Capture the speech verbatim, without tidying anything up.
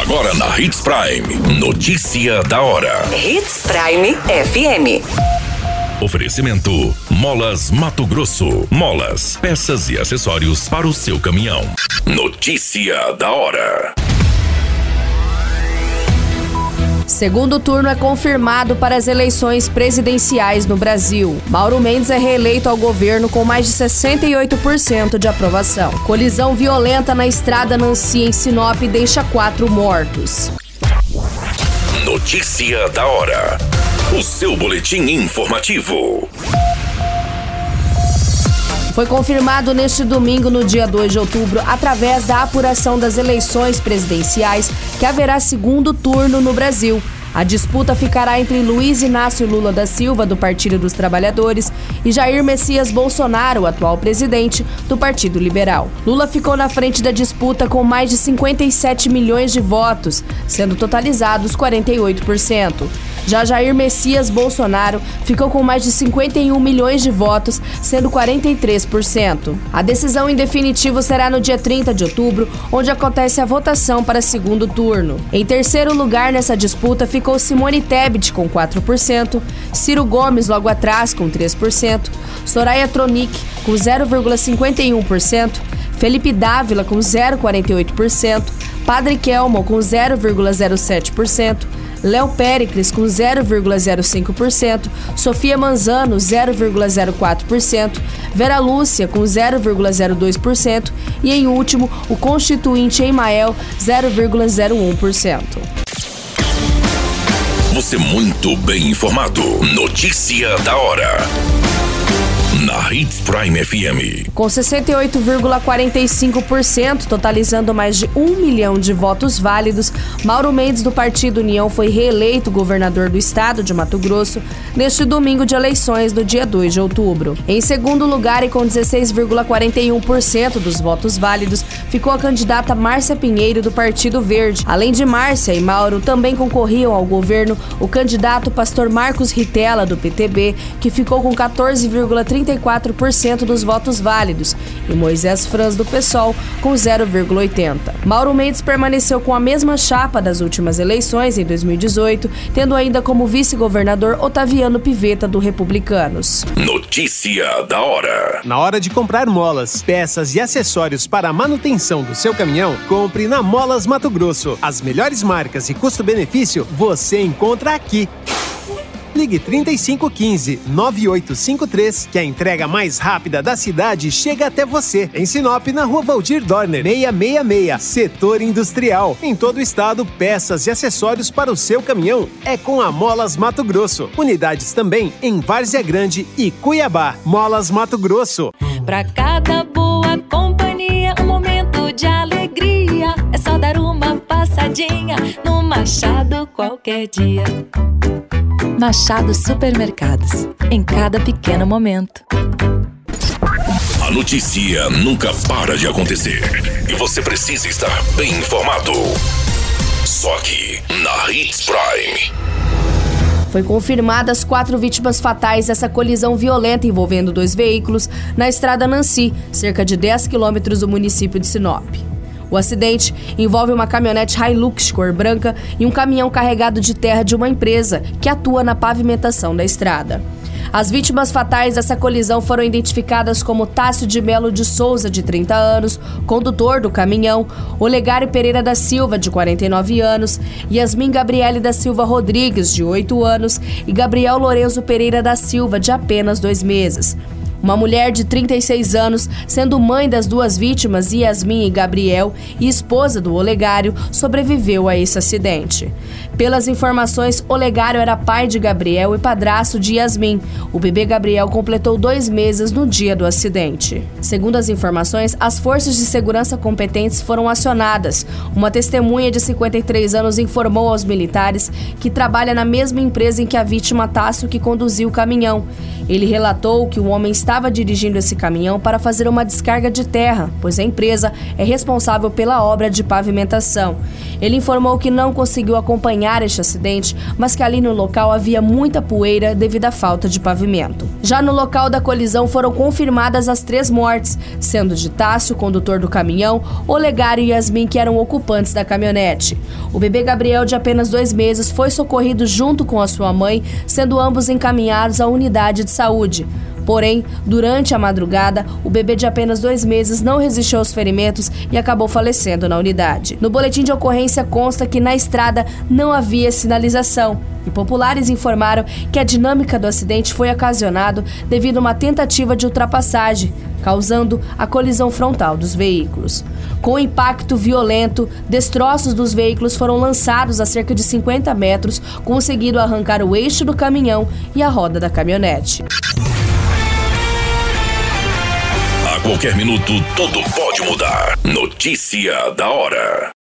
Agora na Hits Prime. Notícia da hora. Hits Prime F M. Oferecimento: Molas Mato Grosso. Molas, peças e acessórios para o seu caminhão. Notícia da hora. Segundo turno é confirmado para as eleições presidenciais no Brasil. Mauro Mendes é reeleito ao governo com mais de sessenta e oito por cento de aprovação. Colisão violenta na estrada Nancy em Sinop deixa quatro mortos. Notícia da hora. O seu boletim informativo. Foi confirmado neste domingo, no dia dois de outubro, através da apuração das eleições presidenciais, que haverá segundo turno no Brasil. A disputa ficará entre Luiz Inácio Lula da Silva, do Partido dos Trabalhadores, e Jair Messias Bolsonaro, atual presidente do Partido Liberal. Lula ficou na frente da disputa com mais de cinquenta e sete milhões de votos, sendo totalizados quarenta e oito por cento. Já Jair Messias Bolsonaro ficou com mais de cinquenta e um milhões de votos, sendo quarenta e três por cento. A decisão em definitivo será no dia trinta de outubro, onde acontece a votação para segundo turno. Em terceiro lugar nessa disputa ficou Simone Tebet com quatro por cento, Ciro Gomes logo atrás com três por cento, Soraya Tronic com zero vírgula cinquenta e um por cento, Felipe Dávila com zero vírgula quarenta e oito por cento, Padre Kelmo com zero vírgula zero sete por cento, Léo Péricles com zero vírgula zero cinco por cento, Sofia Manzano zero vírgula zero quatro por cento, Vera Lúcia com zero vírgula zero dois por cento e, em último, o constituinte Emael zero vírgula zero um por cento. Você muito bem informado. Notícia da hora. Na Hits Prime F M. Com sessenta e oito vírgula quarenta e cinco por cento, totalizando mais de um milhão de votos válidos, Mauro Mendes, do Partido União, foi reeleito governador do estado de Mato Grosso neste domingo de eleições do dia dois de outubro. Em segundo lugar, e com dezesseis vírgula quarenta e um por cento dos votos válidos, ficou a candidata Márcia Pinheiro, do Partido Verde. Além de Márcia e Mauro, também concorriam ao governo o candidato pastor Marcos Ritella, do P T B, que ficou com quatorze vírgula trinta e quatro por cento dos votos válidos, e Moisés Franz, do PSOL, com zero vírgula oitenta por cento. Mauro Mendes permaneceu com a mesma chapa das últimas eleições, em dois mil e dezoito, tendo ainda como vice-governador Otaviano Pivetta, do Republicanos. Notícia da hora. Na hora de comprar molas, peças e acessórios para a manutenção do seu caminhão, compre na Molas Mato Grosso. As melhores marcas e custo-benefício você encontra aqui. Ligue trinta e cinco quinze, nove oito cinco três, que a entrega mais rápida da cidade chega até você. Em Sinop, na Rua Valdir Dorner, seiscentos e sessenta e seis, Setor Industrial. Em todo o estado, peças e acessórios para o seu caminhão é com a Molas Mato Grosso. Unidades também em Várzea Grande e Cuiabá. Molas Mato Grosso. Pra cada boa companhia, um momento de alegria. É só dar uma passadinha no Machado qualquer dia. Machado Supermercados, em cada pequeno momento. A notícia nunca para de acontecer e você precisa estar bem informado. Só aqui na Hits Prime. Foi confirmadas quatro vítimas fatais dessa colisão violenta envolvendo dois veículos na estrada Nancy, cerca de dez quilômetros do município de Sinop. O acidente envolve uma caminhonete Hilux cor branca e um caminhão carregado de terra de uma empresa que atua na pavimentação da estrada. As vítimas fatais dessa colisão foram identificadas como Tássio de Melo de Souza, de trinta anos, condutor do caminhão, Olegário Pereira da Silva, de quarenta e nove anos, Yasmin Gabriele da Silva Rodrigues, de oito anos, e Gabriel Lorenzo Pereira da Silva, de apenas dois meses. Uma mulher de trinta e seis anos, sendo mãe das duas vítimas, Yasmin e Gabriel, e esposa do Olegário, sobreviveu a esse acidente. Pelas informações, Olegário era pai de Gabriel e padrasto de Yasmin. O bebê Gabriel completou dois meses no dia do acidente. Segundo as informações, as forças de segurança competentes foram acionadas. Uma testemunha de cinquenta e três anos informou aos militares que trabalha na mesma empresa em que a vítima Tássio que conduziu o caminhão. Ele relatou que o homem estava estava dirigindo esse caminhão para fazer uma descarga de terra, pois a empresa é responsável pela obra de pavimentação. Ele informou que não conseguiu acompanhar este acidente, mas que ali no local havia muita poeira devido à falta de pavimento. Já no local da colisão foram confirmadas as três mortes, sendo de Tássio, condutor do caminhão, Olegário e Yasmin, que eram ocupantes da caminhonete. O bebê Gabriel, de apenas dois meses, foi socorrido junto com a sua mãe, sendo ambos encaminhados à unidade de saúde. Porém, durante a madrugada, o bebê de apenas dois meses não resistiu aos ferimentos e acabou falecendo na unidade. No boletim de ocorrência consta que na estrada não havia sinalização e populares informaram que a dinâmica do acidente foi ocasionado devido a uma tentativa de ultrapassagem, causando a colisão frontal dos veículos. Com o impacto violento, destroços dos veículos foram lançados a cerca de cinquenta metros, conseguindo arrancar o eixo do caminhão e a roda da caminhonete. A qualquer minuto, tudo pode mudar. Notícia da hora.